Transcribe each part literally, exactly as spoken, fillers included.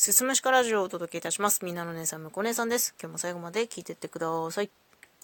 すすむしかラジオをお届けいたします。みんなの姉さん、むこ姉さんです。今日も最後まで聞いてってください。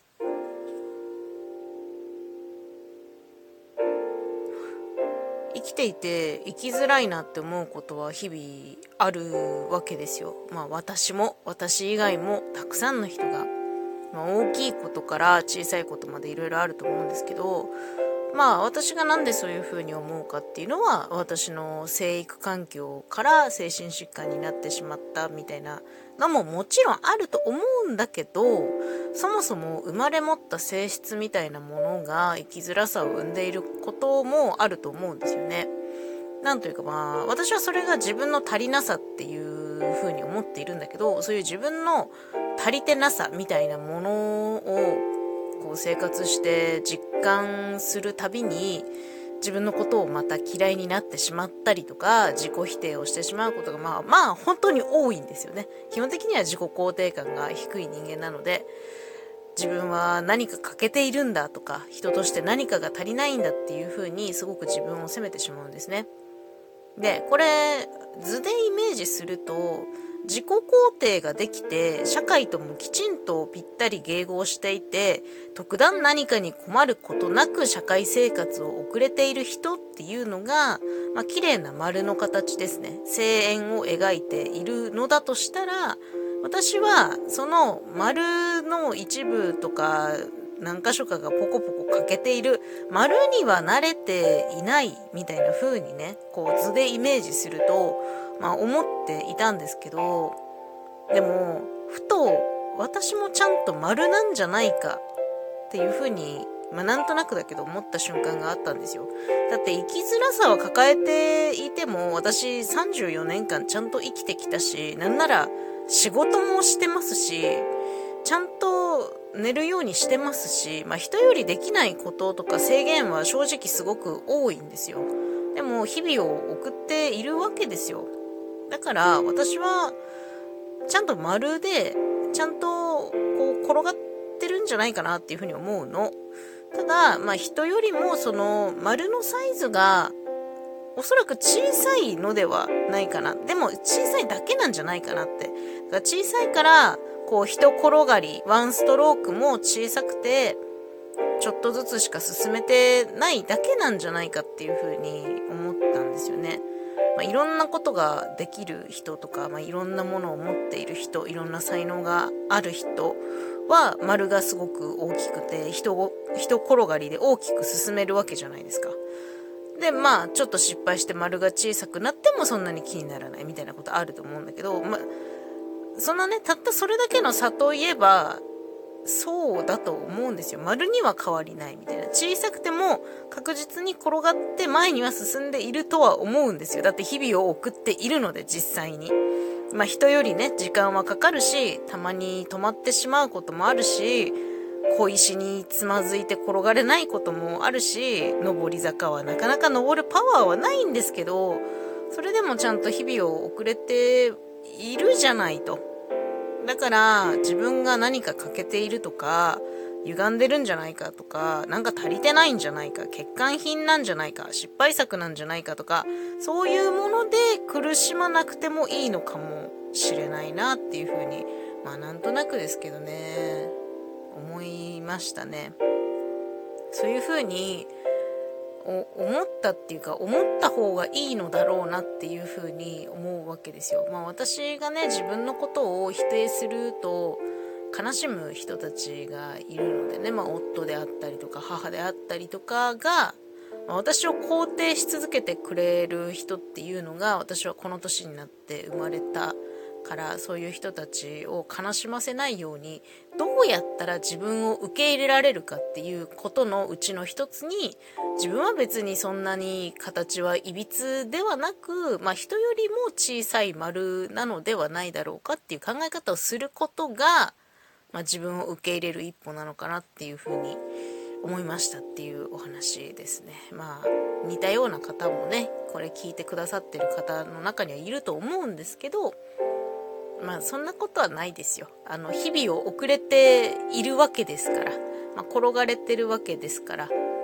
生きていて生きづらいなって思うことは日々あるわけですよ。まあ私も私以外もたくさんの人が、まあ、大きいことから小さいことまでいろいろあると思うんですけど、まあ私がなんでそういうふうに思うかっていうのは、私の生育環境から精神疾患になってしまったみたいなのももちろんあると思うんだけど、そもそも生まれ持った性質みたいなものが生きづらさを生んでいることもあると思うんですよね。なんというか、まあ私はそれが自分の足りなさっていうふうに思っているんだけど、そういう自分の足りてなさみたいなものをこう生活して実感するたびに、自分のことをまた嫌いになってしまったりとか、自己否定をしてしまうことがまあまあ本当に多いんですよね。基本的には自己肯定感が低い人間なので、自分は何か欠けているんだとか、人として何かが足りないんだっていう風にすごく自分を責めてしまうんですね。で、これ図でイメージすると、自己肯定ができて社会ともきちんとぴったり迎合していて、特段何かに困ることなく社会生活を送れている人っていうのが、まあ綺麗な丸の形ですね、正円を描いているのだとしたら、私はその丸の一部とか何箇所かがポコポコ欠けている丸には慣れていないみたいな風にね、こう図でイメージすると、まあ思っていたんですけど、でもふと私もちゃんと丸なんじゃないかっていう風に、まあなんとなくだけど思った瞬間があったんですよ。だって生きづらさは抱えていても、私さんじゅうよねんかんちゃんと生きてきたし、なんなら仕事もしてますし、ちゃんと寝るようにしてますし、まあ人よりできないこととか制限は正直すごく多いんですよ。でも日々を送っているわけですよ。だから私はちゃんと丸でちゃんとこう転がってるんじゃないかなっていうふうに思うの。ただまあ人よりもその丸のサイズがおそらく小さいのではないかな。でも小さいだけなんじゃないかなって。だから小さいからこう一転がりワンストロークも小さくてちょっとずつしか進めてないだけなんじゃないかっていう風に思ったんですよね。まあ、いろんなことができる人とか、まあ、いろんなものを持っている人、いろんな才能がある人は丸がすごく大きくて、人一転がりで大きく進めるわけじゃないですか。でまあちょっと失敗して丸が小さくなってもそんなに気にならないみたいなことあると思うんだけど、まあそんなね、たったそれだけの差といえばそうだと思うんですよ。丸には変わりないみたいな。小さくても確実に転がって前には進んでいるとは思うんですよ。だって日々を送っているので、実際にまあ人よりね時間はかかるし、たまに止まってしまうこともあるし、小石につまずいて転がれないこともあるし、上り坂はなかなか登るパワーはないんですけど、それでもちゃんと日々を送れているじゃないと。だから自分が何か欠けているとか歪んでるんじゃないかとか、なんか足りてないんじゃないか、欠陥品なんじゃないか、失敗作なんじゃないかとか、そういうもので苦しまなくてもいいのかもしれないなっていうふうに、まあなんとなくですけどね、思いましたね。そういうふうに思ったっていうか、思った方がいいのだろうなっていうふうに思うわけですよ。まあ私がね自分のことを否定すると悲しむ人たちがいるのでね、まあ夫であったりとか母であったりとかが、まあ、私を肯定し続けてくれる人っていうのが、私はこの年になって生まれたから、そういう人たちを悲しませないようにどうやったら自分を受け入れられるかっていうことのうちの一つに、自分は別にそんなに形はいびつではなく、まあ人よりも小さい丸なのではないだろうかっていう考え方をすることが、まあ、自分を受け入れる一歩なのかなっていうふうに思いましたっていうお話ですね。まあ似たような方もね、これ聞いてくださってる方の中にはいると思うんですけど、まあそんなことはないですよ。あの日々を送れているわけですから、まあ、転がれてるわけですから、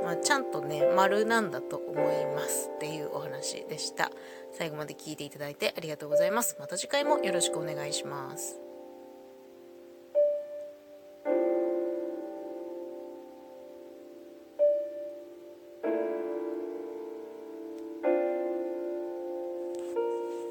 まあ、ちゃんとね丸なんだと思いますっていうお話でした。最後まで聞いていただいてありがとうございます。また次回もよろしくお願いします。